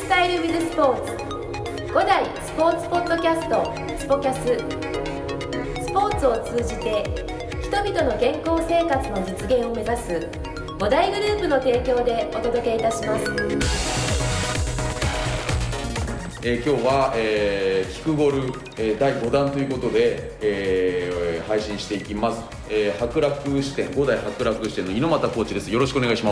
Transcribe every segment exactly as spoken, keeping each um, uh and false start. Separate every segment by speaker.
Speaker 1: スタイルウィズスポーツご代スポーツポッドキャストスポキャス。スポーツを通じて人々の健康生活の実現を目指すご代グループの提供でお届けいたします。
Speaker 2: えー、今日は、えー、キクゴル、えー、だいごだんということで、えー、配信していきます。えー、伯楽支店ご代伯楽支店の猪俣コーチです。よろしくお願いします。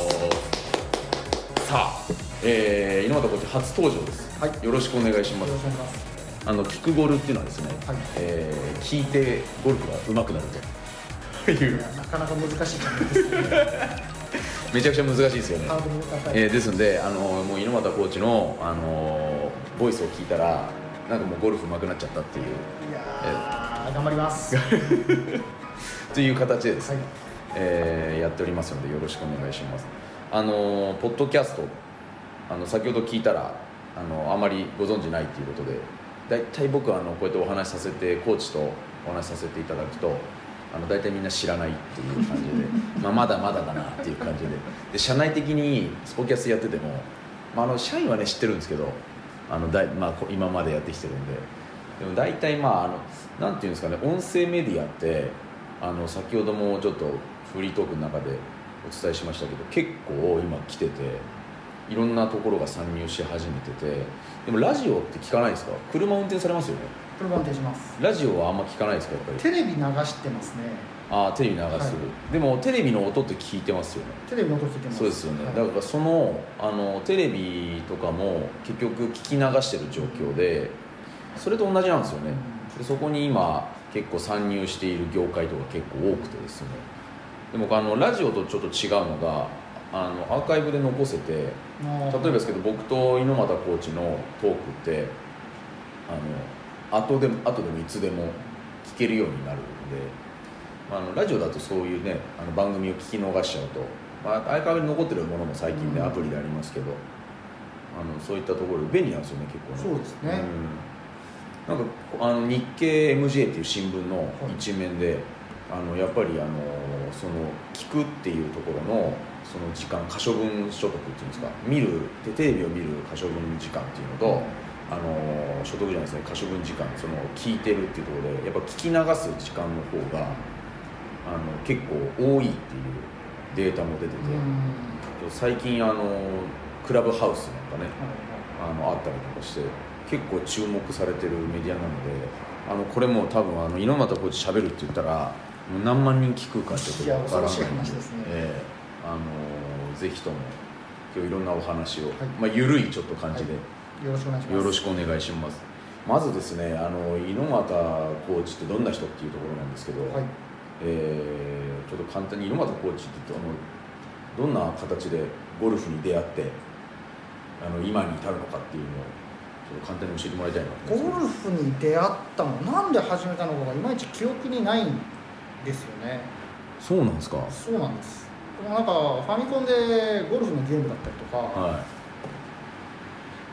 Speaker 2: さあ、えー、猪俣コーチ初登場です、はい、よろしくお願いします。
Speaker 3: よろしくお願いします。
Speaker 2: あのキクゴルっていうのはですね、はい、えー、聞いてゴルフが上手くなるという
Speaker 3: なかなか難しい感じですね
Speaker 2: めちゃくちゃ難しいですよね。
Speaker 3: ハードルが高い、
Speaker 2: えー、ですので、あのもう猪俣コーチの、あのボイスを聞いたらなんかもうゴルフ上手くなっちゃったっていう。い
Speaker 3: やー、えー、頑張ります
Speaker 2: という形でですね、はい、えー、やっておりますのでよろしくお願いします。あのポッドキャスト、あの先ほど聞いたらあのあまりご存じないということで、だいたい僕はあのこうやってお話しさせてコーチとお話しさせていただくとあの大体みんな知らないっていう感じでまあまだまだだなっていう感じで、で社内的にスポキャスやってても、まあ、あの社員はね知ってるんですけど、あのだい、まあ、今までやってきてるんで、でも大体まああのなんていうんですかね、音声メディアってあの先ほどもちょっとフリートークの中でお伝えしましたけど、結構今来てていろんなところが参入し始めてて、でもラジオって聞かないですか？車運転されますよね。
Speaker 3: 車運転します。
Speaker 2: ラジオはあんま聞かないですか？やっぱり
Speaker 3: テレビ流してますね。
Speaker 2: ああ、テレビ流す、はい、でもテレビの音って聞いてますよね。
Speaker 3: テレビの音聞いてます。
Speaker 2: そうですよね、はい、だからその、あのテレビとかも結局聞き流してる状況で、それと同じなんですよね、うん、でそこに今結構参入している業界とか結構多くてですね、でもあのラジオとちょっと違うのが、あのアーカイブで残せて、例えばですけど僕と猪俣コーチのトークってあの後でも後でもいつでも聞けるようになるので、あのラジオだとそういうね、あの番組を聞き逃しちゃうと、まあ、アーカイブに残ってるものも最近で、ね、アプリでありますけど、あのそういったところで便利なんですよね、結構ね。
Speaker 3: そうですね、
Speaker 2: うん、なんかあの日経 エムジェー っていう新聞の一面で、はい、あのやっぱりあのその聞くっていうところのその時間、可処分所得っていうんですか、見るテレビを見る可処分時間っていうのと、うん、あの所得じゃないですね、可処分時間、その聞いてるっていうところでやっぱ聞き流す時間の方があの結構多いっていうデータも出てて、うん、最近あのクラブハウスなんかね、うん、あのあったりとかして結構注目されてるメディアなので、あのこれも多分あの猪俣コーチ喋るって言ったらもう何万人聞くかちょっとわからないので、えー、あのぜひとも今日いろんなお話を、はい、まあ、緩いちょっと感じで、
Speaker 3: はい、よろしくお願いします。
Speaker 2: よろしくお願いします。まずですね、あの猪俣コーチってどんな人っていうところなんですけど、はい、えー、ちょっと簡単に猪俣コーチってあのどんな形でゴルフに出会ってあの今に至るのかっていうのをちょっと簡単に教えてもらいたいなと思います。
Speaker 3: ゴルフに出会ったの、なんで始めたのかがいまいち記憶にないんですよね。
Speaker 2: そうなんですか？
Speaker 3: そうなんです。でもなんかファミコンでゴルフのゲームだったりとか、はい、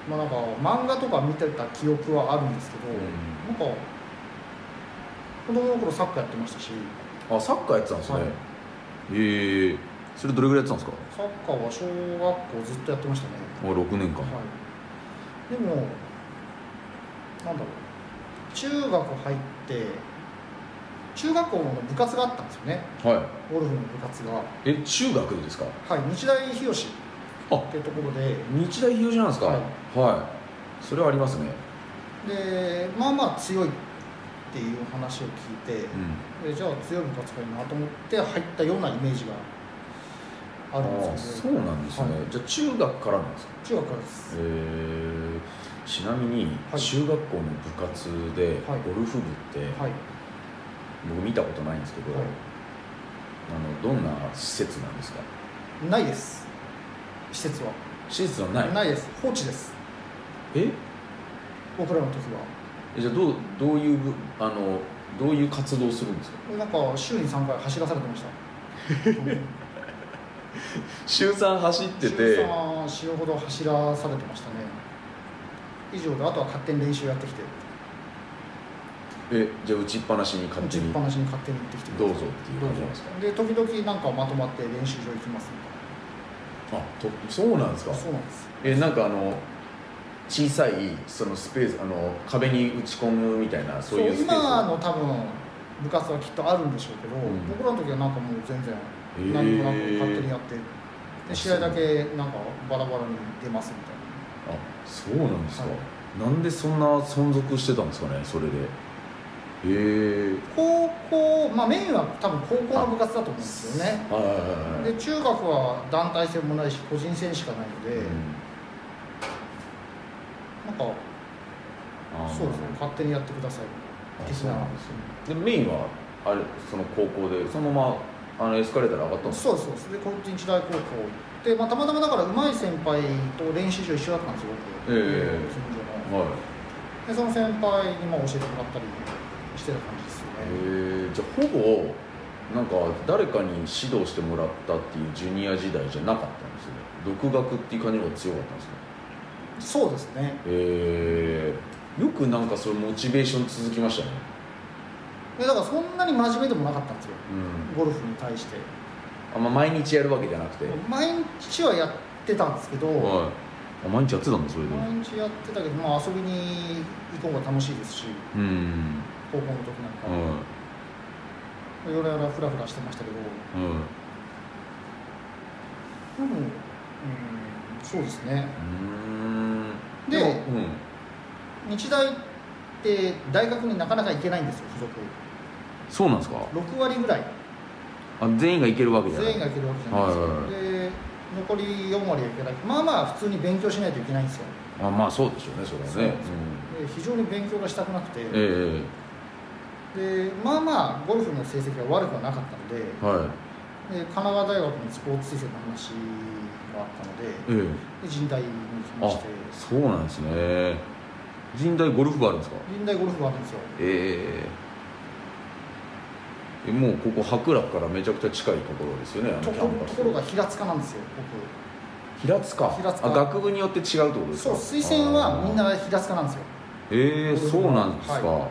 Speaker 3: まあ、なんか漫画とか見てた記憶はあるんですけど、うん、なんか子供の頃サッカーやってましたし。
Speaker 2: あ、サッカーやってたんですね、はい、えー、それどれぐらいやってたんですか？
Speaker 3: サッカーは小学校ずっとやってましたね。
Speaker 2: あ、ろくねんかん、はい、
Speaker 3: でもなんだろう、中学入って中学校の部活があったんですよね、はい、ゴルフの部活が。
Speaker 2: え、中学ですか？
Speaker 3: はい、日大日吉っていうところで。
Speaker 2: 日大日吉なんですか？はい、はい、それはありますね。
Speaker 3: で、まあまあ強いっていう話を聞いて、うん、でじゃあ強い部活がいいなと思って入ったようなイメージがあるんですけど。
Speaker 2: そうなんですね、はい、じゃあ中学からなんですか？
Speaker 3: 中学からです。
Speaker 2: へー。ちなみに中学校の部活でゴルフ部って、はい、僕見たことないんですけど、はい、あのどんな施設なんですか？
Speaker 3: ないです。施設は
Speaker 2: 施設はない？
Speaker 3: ないです。放置です。
Speaker 2: え？
Speaker 3: 僕らの時は。
Speaker 2: え、じゃあどう、どういうあのどういう活動をするんですか？
Speaker 3: なんか週にさんかい走らされてました
Speaker 2: 週さん走ってて
Speaker 3: 週さん、よんほど走らされてましたね。以上で、あとは勝手に練習やってきて。
Speaker 2: え、じゃあ打ちっぱなしに勝手に
Speaker 3: 打ちっぱなしに勝手に打ってきて
Speaker 2: どうぞっていう感じなんですか？
Speaker 3: で、時々なんかまとまって練習場行きますみたいな。
Speaker 2: あ、とそうなんですか？
Speaker 3: そうなんです。
Speaker 2: え、なんかあの小さいそのスペースあの壁に打ち込むみたいなそういうスペース
Speaker 3: 今の多分部活はきっとあるんでしょうけど、うん、僕らの時はなんかもう全然何もなく勝手にやって、で試合だけなんかバラバラに出ますみたいな。
Speaker 2: あ、そうなんですか、はい、なんでそんな存続してたんですかね、それで。へえ。
Speaker 3: 高校、まあメインは多分高校の部活だと思うんですよね。で中学は団体戦もないし個人戦しかないので、うん、なんかそうですね、勝手にやってください的な。
Speaker 2: でメインはあれその高校でそのままあのエスカレーターで上がったんですか。
Speaker 3: そうそう。で日大高校で、まあ、たまたまだから上手い先輩と練習場一緒だったんですよ僕、えー、近所の、はい、でその先輩にまあ教えてもらったりしてた感じですよね。
Speaker 2: えー、じゃあほぼなんか誰かに指導してもらったっていうジュニア時代じゃなかったんですよね。独学っていう感じが強かったんですか。
Speaker 3: そうですね。
Speaker 2: えー、よくなんかそれモチベーション続きましたね。
Speaker 3: だからそんなに真面目でもなかったんですよ、うん、ゴルフに対して。
Speaker 2: あ、まあ、毎日やるわけじゃなくて。
Speaker 3: 毎日はやってたんですけど、はい、
Speaker 2: あ、毎日やってたんだ。それで
Speaker 3: 毎日やってたけど、まあ、遊びに行こうが楽しいですし、うん、高校の時なんか、はい、いろいろフラフラしてましたけど、はい、でも、うん、そうですね。うんで、うん、日大って大学になかなか行けないんですよ、付属。
Speaker 2: そうなんですか。
Speaker 3: ろく割ぐらい。
Speaker 2: あ、全員が行けるわけじゃない。
Speaker 3: 全員が行けるわけじゃないですよ、はいはいはい、で残りよん割は行けない。まあまあ普通に勉強しないといけないんですよ。
Speaker 2: あ、まあそうでしょうね、それはね。
Speaker 3: うん、で非常に勉強がしたくなくて、えー、でまあまあゴルフの成績は悪くはなかったので、はい、で神奈川大学のスポーツ推薦の話があったので、えー、で神大に行きまして。
Speaker 2: あ、そうなんですね。神大ゴルフ部あるんですか。
Speaker 3: 神大ゴルフ部あるんですよ。
Speaker 2: えーもうここ白楽からめちゃくちゃ近いところですよね。あのキャンパス。
Speaker 3: ところが平塚なんですよ、
Speaker 2: 僕。平塚。平塚。あ、学部によって違うってことですか。
Speaker 3: そう、推薦はみんな平塚なんですよ。
Speaker 2: ええー、そうなんですか。はい、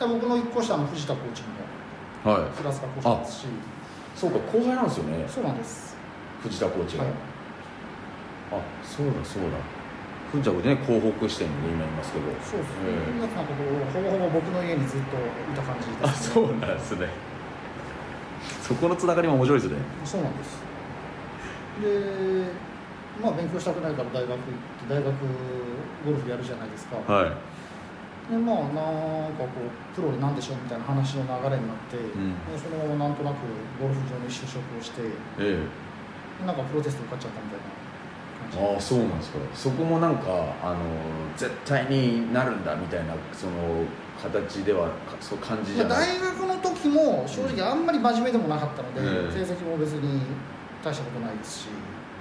Speaker 3: 僕の一個下の藤田コーチも、はい、平塚コーチですし。
Speaker 2: そうか、後輩なんですよね。
Speaker 3: そうなんです。
Speaker 2: 藤田コーチが。はい、あ、そうだそうだ。藤田コーチね、港北支店に今いますけど。
Speaker 3: そうですね。えー、なんかこうほぼほぼ僕の家にずっといた感じです、ね。
Speaker 2: あ、そうなんですね。そこのつながりも面白いですね。
Speaker 3: そうなんです。で、まあ勉強したくないから大学行って大学ゴルフやるじゃないですか。はい。でまあなんかこうプロでなんでしょうみたいな話の流れになって、うん、でそのままなんとなくゴルフ場に就職をして、ええ、なんかプロテスト受かっちゃったみたいな感じ。
Speaker 2: ああ、そうなんですか。そこもなんかあの絶対になるんだみたいなその形ではそう感じじゃない。
Speaker 3: 大学の時も正直あんまり真面目でもなかったので、うん、成績も別に大したことないですし、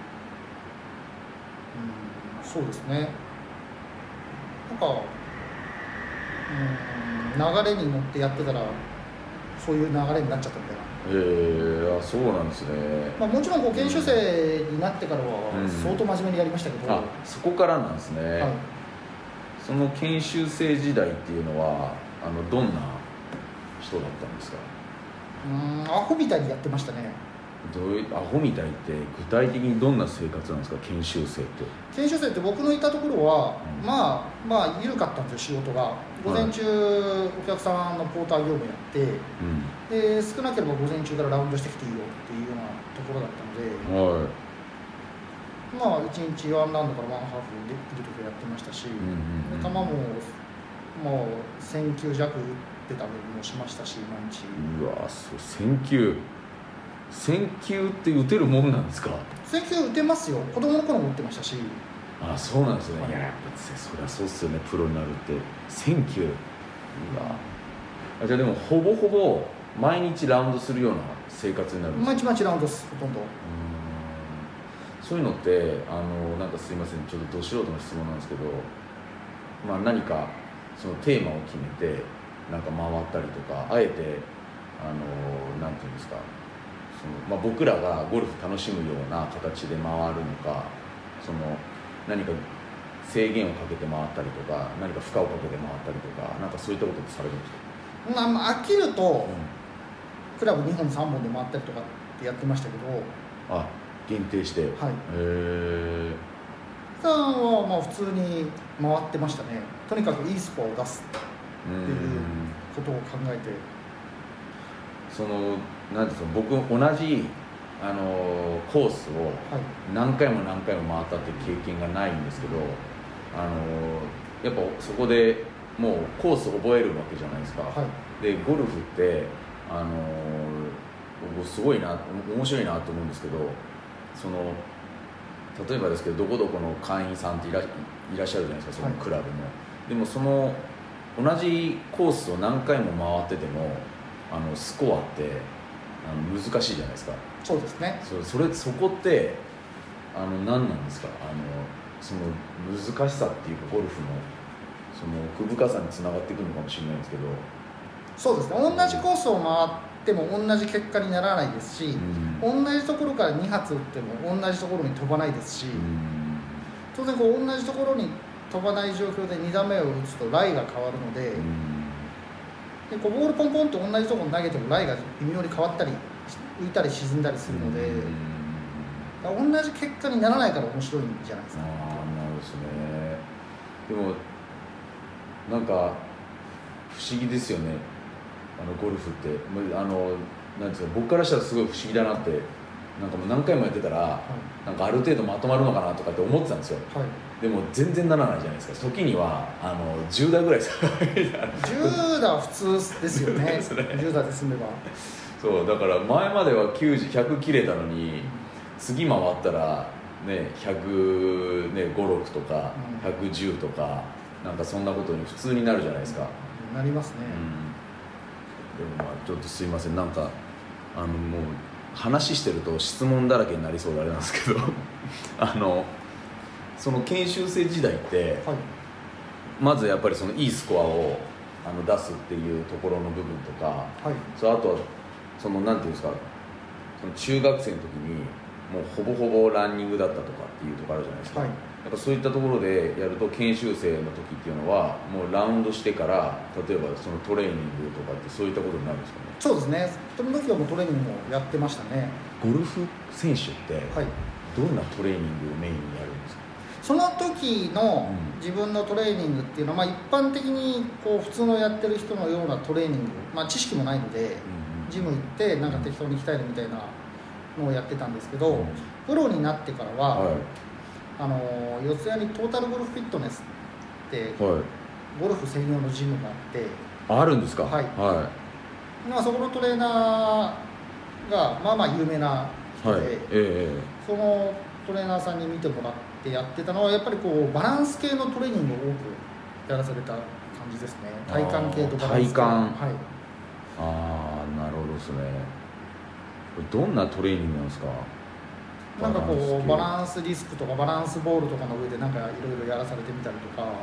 Speaker 3: うん、そうですね。なんか、うん、流れに乗ってやってたらそういう流れになっちゃったみたいな。
Speaker 2: へえー、あ、そうなんですね。
Speaker 3: まあ、もちろんこう研修生になってからは相当真面目にやりましたけど、
Speaker 2: うん、あ、そこからなんですね。はい、その研修生時代っていうのはあのどんな人だったんですか。
Speaker 3: うーん、アホみたいにやってましたね。
Speaker 2: どういうアホみたいって具体的にどんな生活なんですか、研修生って。
Speaker 3: 研修生って僕のいたところは、うん、まあまあ緩かったんですよ、仕事が。午前中、はい、お客さんのポーター業務やって、うん、で少なければ午前中からラウンドしてきていいよっていうようなところだったので、はい、まあいちにちワンラウンドからワンハーフできるときやってましたし、うんうんうん、球ももうせん球弱打ってたりもしましたし、毎日。
Speaker 2: うわ、そう、せん球せん球って打てるもんなんですか。
Speaker 3: せん球打てますよ。子供の頃も打ってましたし。
Speaker 2: あ、そうなんですね。いや、やっぱそりゃそうっすよね、プロになるってせん球。うわ、あ、じゃあでもほぼほぼ毎日ラウンドするような生活になるんですか。
Speaker 3: 毎日毎日ラウンドです、ほとんど。うん、
Speaker 2: そういうのってあのなんかすいません、ちょっとど素人の質問なんですけど、まあ、何かそのテーマを決めてなんか回ったりとか、あえてあのなんていうんですか、その、まあ、僕らがゴルフ楽しむような形で回るのか、その何か制限をかけて回ったりとか、何か負荷をかけて回ったりとか、なんかそういったことってされるんですか。
Speaker 3: まあ、飽きると、うん、クラブにほんさんぼんで回ったりとかってやってましたけど。
Speaker 2: あ、限定して。はい。へえ。
Speaker 3: 間はまあ普通に回ってましたね。とにかくいいスコアを出すっていうことを考えて、
Speaker 2: そのなんですか、僕同じあのコースを何回も何回も回ったっていう経験がないんですけど、あのやっぱそこでもうコース覚えるわけじゃないですか、はい、でゴルフってあの僕すごいな、面白いなと思うんですけど、その例えばですけどどこどこの会員さんってい ら, いらっしゃるじゃないですか、そのクラブの、はい、でもその同じコースを何回も回っててもあのスコアってあの難しいじゃないですか。
Speaker 3: そうですね。
Speaker 2: そ, そ, れそこってあの何なんですか、あのその難しさっていうかゴルフのその奥深さにつながっていくのかもしれないんですけど。
Speaker 3: そうですね、同じコースを回っても同じ結果にならないですし、うん、同じところからに発打っても同じところに飛ばないですし、うん、当然こう同じところに飛ばない状況でに打目を打つとライが変わるので、うん、でこうボールポンポンと同じところに投げてもライが微妙に変わったり浮いたり沈んだりするので、うん、同じ結果にならないから面白いんじゃないですか。
Speaker 2: ああ、なるほどですね。でもなんか不思議ですよね、あのゴルフって。あのなんですか、僕からしたらすごい不思議だなって、なんかもう何回もやってたら、はい、なんかある程度まとまるのかなとかって思ってたんですよ、はい、でも全然ならないじゃないですか。時にはあのじゅう打ぐらい下がるじ
Speaker 3: ゅう打は普通ですよねねじゅう打で済めば。
Speaker 2: そうだから前まではきゅうじゅう、ひゃく切れたのに、次回ったらねひゃくご、ろくとかひゃくじゅうとか、なんかそんなことに普通になるじゃないですか。
Speaker 3: なりますね、
Speaker 2: うん、でもまあちょっとすいません、なんかあのもう話してると質問だらけになりそうであれなんですけどあのその研修生時代って、はい、まずやっぱりそのいいスコアをあの出すっていうところの部分とか、はい、そあとはそのなんていうんですか、その中学生の時にもうほぼほぼランニングだったとかっていうところあるじゃないですか、はい、やっぱそういったところでやると研修生の時っていうのはもうラウンドしてから例えばそのトレーニングとかってそういったことになるんですかね。
Speaker 3: そうですね、その時はもうトレーニングもやってましたね。
Speaker 2: ゴルフ選手ってどんなトレーニングをメインにやるんですか。
Speaker 3: その時の自分のトレーニングっていうのは、まあ、一般的にこう普通のやってる人のようなトレーニング、まあ、知識もないので、うんうん、ジム行ってなんか適当に鍛えるみたいなのをやってたんですけど、うん、プロになってからは、はい、あの四谷にトータルゴルフフィットネスって、はい、ゴルフ専用のジムがあって。
Speaker 2: あるんですか。
Speaker 3: はい、
Speaker 2: はい、
Speaker 3: まあ、そこのトレーナーがまあまあ有名な人で、はい、えー、そのトレーナーさんに見てもらってやってたのはやっぱりこうバランス系のトレーニングを多くやらされた感じですね。体幹系とバランス系。
Speaker 2: 体幹、はい、ああ、なるほどですね。これどんなトレーニングなんですか。
Speaker 3: なんかこうバランスディスクとかバランスボールとかの上でなんかいろいろやらされてみたりとか、うん、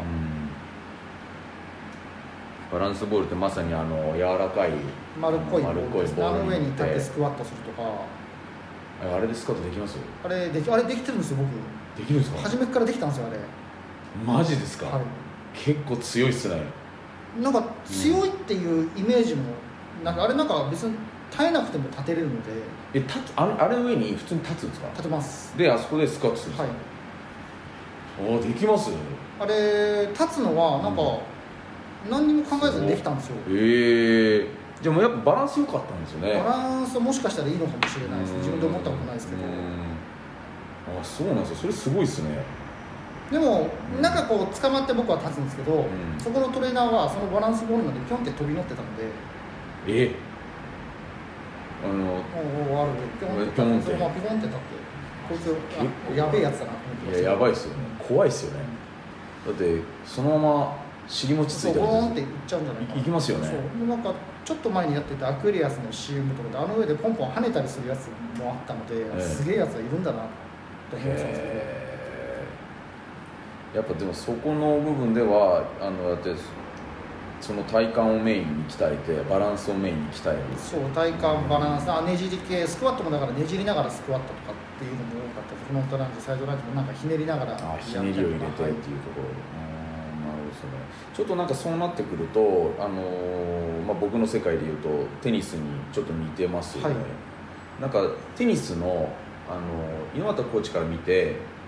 Speaker 2: バランスボールってまさにあの柔らかい
Speaker 3: 丸っこいボールですね。あの上に立ってスクワットするとか。
Speaker 2: あれでスクワットできます？
Speaker 3: あれでき、あれできてるんですよ、僕。
Speaker 2: できるんですか？
Speaker 3: 初めからできたんですよ、あれ。
Speaker 2: マジですか？はい、結構強いっすね。
Speaker 3: なんか強いっていうイメージも、うん、なんかあれなんか別に耐えなくても立てれるので。
Speaker 2: え、立つ、あれ、あれの上に普通に立つんですか？
Speaker 3: 立てます。で、
Speaker 2: あそこでスクワットするんですか？はい。あ、できます？
Speaker 3: あれ立つのはなんか、うん、何にも考えずにできたんですよ。
Speaker 2: へえー。じゃあもうやっぱバランス良かったんですよね。
Speaker 3: バランスもしかしたらいいのかもしれないです。自分で思ったことないですけど。
Speaker 2: あ、そうなんですよ。それすごいですね。
Speaker 3: でもなんかこう捕まって僕は立つんですけど、うん、そこのトレーナーはそのバランスボールまでピョンって飛び乗ってたので。
Speaker 2: えあの
Speaker 3: おおあるピョンって立って、そのままピョンって立って、こいつやべえやつだなと思って。
Speaker 2: いや、やばいですよね。怖いですよね。だってそのまま尻餅ついてる
Speaker 3: ボーンっていっちゃうんじゃないかな。
Speaker 2: いきますよね。
Speaker 3: そうなんかちょっと前にやってたアクエリアスの シーエム とかであの上でポンポン跳ねたりするやつもあったので、えー、すげえやつがいるんだなと思ってたんですけど、
Speaker 2: えー、やっぱでもそこの部分ではあのだってその体幹をメインに鍛えてバランスをメインに鍛える。
Speaker 3: そう体幹バランス、あねじり系スクワットもだからねじりながらスクワットとかっていうのも多かったり、フロントランジサイドランジもなんかひねりながら
Speaker 2: あひねりを入れてっていうところで、はいちょっとなんかそうなってくると、あのーまあ、僕の世界でいうとテニスにちょっと似てますよね、はい、なんかテニスの、あのー、猪俣コーチから見て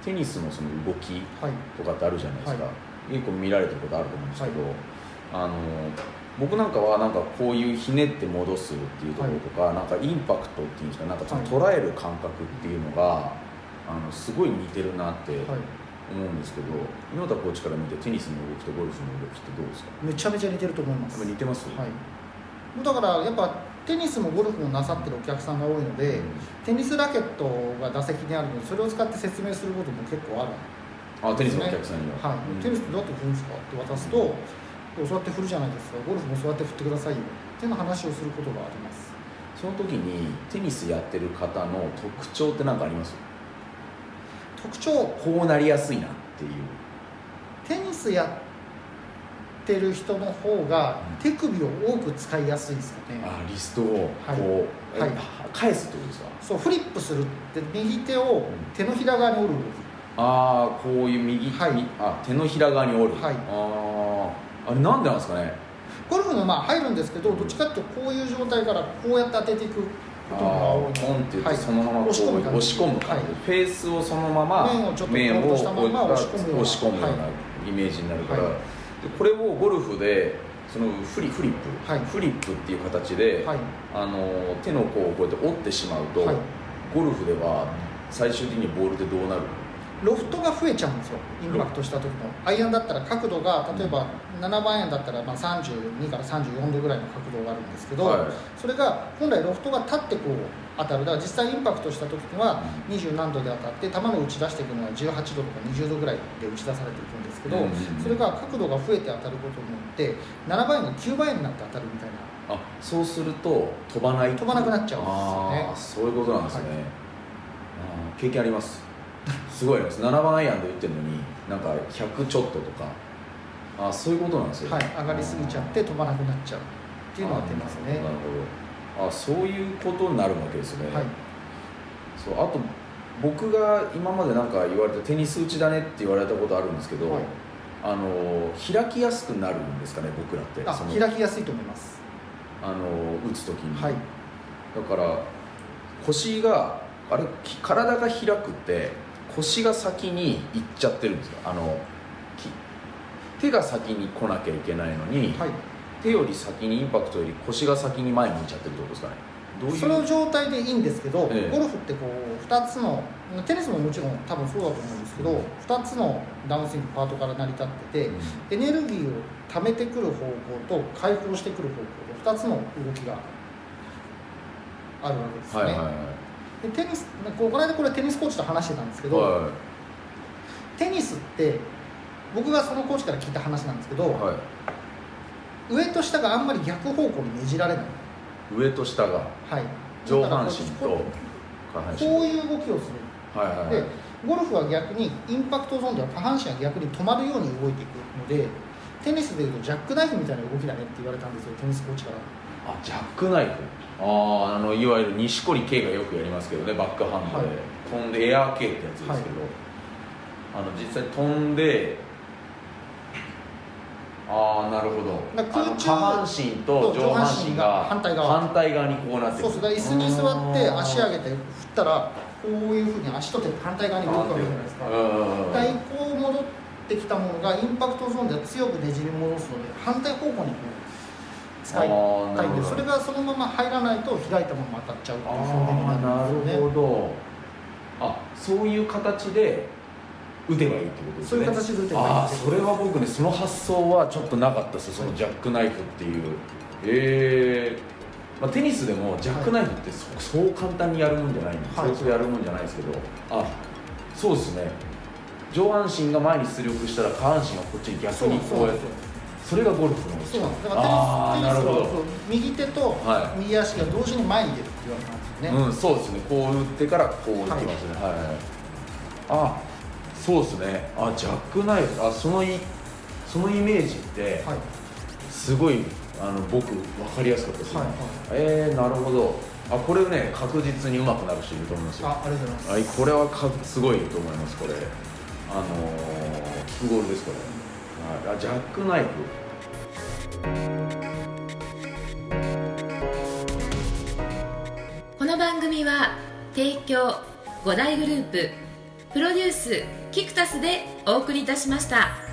Speaker 2: テニスのその動きとかってあるじゃないですか、はい、結構見られてることあると思うんですけど、はい、あの僕なんかはなんかこういうひねって戻すっていうところとか、はい、なんかインパクトっていうんですか、なんかその捉える感覚っていうのが、はい、あのすごい似てるなって思うんですけど、井ノ田コーチから見てテニスの動きとゴルフの動きってどうですか？
Speaker 3: めちゃめちゃ似てると思います。
Speaker 2: 似てます？
Speaker 3: はい。だからやっぱテニスもゴルフもなさってるお客さんが多いので、うん、テニスラケットが打席にあるのでそれを使って説明することも結構ある。
Speaker 2: あ、テニスのお客さんには、
Speaker 3: はい、うん、テニスってどうやって振るんですかって渡すと、うん、そうやって振るじゃないですか、ゴルフもそうやって振ってくださいよっていう話をすることがあります。
Speaker 2: その時にテニスやってる方の特徴って何かあります？
Speaker 3: 特徴、
Speaker 2: こうなりやすいなっていう。
Speaker 3: テニスやってる人の方が手首を多く使いやすいですよね。
Speaker 2: あ、リストをこう、はいはい、返すってことですか？そう、
Speaker 3: フリップするって右手を手のひら側に折る動き、
Speaker 2: ああ、こういう右、はい、あ、手のひら側に折る、はい、ああ、あれなんでなんですかね。
Speaker 3: ゴルフのまあ入るんですけど、どっちかっていうとこういう状態からこうやって当てていくことが多いので、
Speaker 2: ポンって言ってそのままこう、はい、押し込む感じ、押し込む感じ、はい、フェースをそのまま
Speaker 3: 面をちょっとポンとしたまま押し込むような、
Speaker 2: 押し込むようなイメージになるから、はい、これをゴルフでそのフリ、フリップ、はい、フリップっていう形で、はい、あの手の甲をこうやって折ってしまうと、はい、ゴルフでは最終的にボールでどうなる？
Speaker 3: ロフトが増えちゃうんですよ。インパクトした時のアイアンだったら角度が例えばななばんアイアンだったらまあさんじゅうにからさんじゅうよんどぐらいの角度があるんですけど、はい、それが本来ロフトが立ってこう当たる。だから実際インパクトした時にはにじゅうなんどで当たって球の打ち出していくのはじゅうはちどとかにじゅうどぐらいで打ち出されていくんですけど、うんうんうん、それが角度が増えて当たることによってななばんアイアンがきゅうばんアイアンになって当たるみたいな。
Speaker 2: あ、そうすると飛ばない
Speaker 3: 飛ばなくなっちゃうんですよね。
Speaker 2: あ、そういうことなんですね、はい、あ、経験あります。すごいです。ななばんアイアンで打ってるのになんかひゃくちょっととか、あ、そういうことなんですよ。
Speaker 3: はい、上がりすぎちゃって飛ばなくなっちゃうっていうのが出ますね。
Speaker 2: なるほど。あ、そういうことになるわけですね。はい、そう、あと僕が今までなんか言われたテニス打ちだねって言われたことあるんですけど、はい、あの開きやすくなるんですかね、僕らって。
Speaker 3: あ、その開きやすいと思います。
Speaker 2: あの打つときに、
Speaker 3: はい、
Speaker 2: だから腰があれ、体が開くって腰が先に行っちゃってるんですよ。あの手が先に来なきゃいけないのに、はい、手より先にインパクトより腰が先に前に向いちゃってるってことですかね。どういう？
Speaker 3: その状態でいいんですけど、ええ、ゴルフってこうふたつの、テニスももちろん多分そうだと思うんですけど、ふたつのダウンスイングパートから成り立ってて、うん、エネルギーを溜めてくる方向と解放してくる方向とふたつの動きがあるわけですね。はいはいはい、でテニス、この間これテニスコーチと話してたんですけど、はい、テニスって僕がそのコーチから聞いた話なんですけど、はい、上と下があんまり逆方向にねじられない。
Speaker 2: 上と下が、
Speaker 3: はい、
Speaker 2: 上半身と
Speaker 3: 下半身、こういう動きをする、はいはいはい、でゴルフは逆にインパクトゾーンでは下半身が逆に止まるように動いていくので、テニスでいうとジャックナイフみたいな動きだねって言われたんですよ、テニスコーチから。
Speaker 2: あ、ジャックナイフ、ああのいわゆる錦織圭がよくやりますけどね、バックハンドで、はい、飛んでエアー系ってやつですけど、はい、あの実際飛んで、ああなるほど、空中下半身と上半身が反対側、反対側にこうなってる。
Speaker 3: そうです。椅子に座って足上げて振ったらこういうふうに足と手反対側に動くわけじゃないですか。一回こう戻ってきたものがインパクトゾーンでは強くねじり戻すので反対方向にこう使いたいんで、それがそのまま入らないと開いたまま当たっちゃうっていう表現になるんですよね。
Speaker 2: なるほど。あ、そういう形で打てばいいってことですね。
Speaker 3: そういう形で打てばいい。あ、
Speaker 2: それは僕ね、その発想はちょっとなかったです。そのジャックナイフっていう、えーまあ、テニスでもジャックナイフって そ,、はい、そう簡単にやるもんじゃないんで、はい、そうそうやるもんじゃないですけど、あ、そうですね、上半身が前に出力したら下半身がこっちに逆にこうやって、それがゴルフの。
Speaker 3: そうなんです。だからテニス、テニスは右手と右足が同時に前に出るって言われたんですよね。
Speaker 2: うん、そうですね。こう打ってからこう打ってますね。はい、はい、あ、そうですね。あ、ジャックナイフ、あ、そのいそのイメージって、はい、すごいあの僕分かりやすかったですね。はいはい、えー、なるほど。あ、これね、確実に上手くなる人いると思いますよ。
Speaker 3: あ、ありがとうございます。
Speaker 2: はい、これはかすごいと思います。これあのー、キックゴールですこれ。はい、あ、ジャックナイフ。
Speaker 1: この番組は提供五大グループプロデュースキクタスでお送りいたしました。